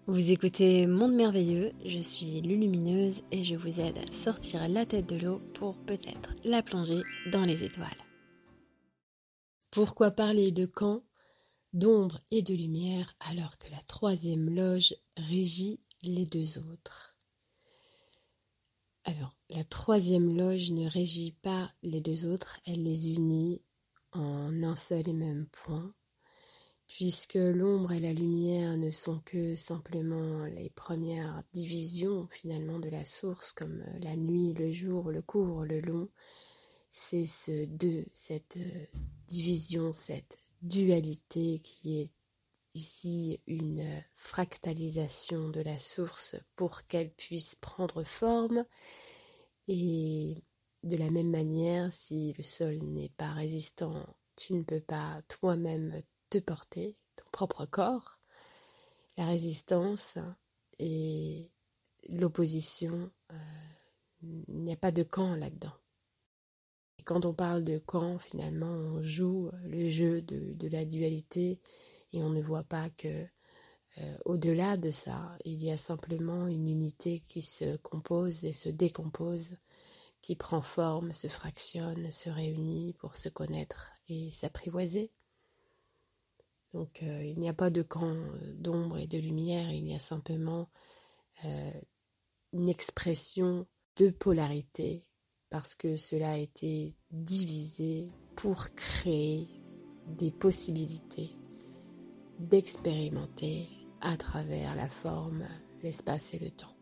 Vous écoutez Monde Merveilleux, je suis Lulumineuse et je vous aide à sortir la tête de l'eau pour peut-être la plonger dans les étoiles. Pourquoi parler de camp, d'ombre et de lumière alors que la troisième loge régit les deux autres? Alors, la troisième loge ne régit pas les deux autres, elle les unit en un seul et même point. Puisque l'ombre et la lumière ne sont que simplement les premières divisions finalement de la source, comme la nuit, le jour, le court, le long, c'est cette division, cette dualité qui est ici une fractalisation de la source pour qu'elle puisse prendre forme. Et de la même manière, si le sol n'est pas résistant, tu ne peux pas toi-même te porter, ton propre corps. La résistance et l'opposition, il n'y a pas de camp là-dedans. Et quand on parle de camp, finalement, on joue le jeu de la dualité et on ne voit pas que au-delà de ça, il y a simplement une unité qui se compose et se décompose, qui prend forme, se fractionne, se réunit pour se connaître et s'apprivoiser. Donc il n'y a pas de camp d'ombre et de lumière, il y a simplement une expression de polarité parce que cela a été divisé pour créer des possibilités d'expérimenter à travers la forme, l'espace et le temps.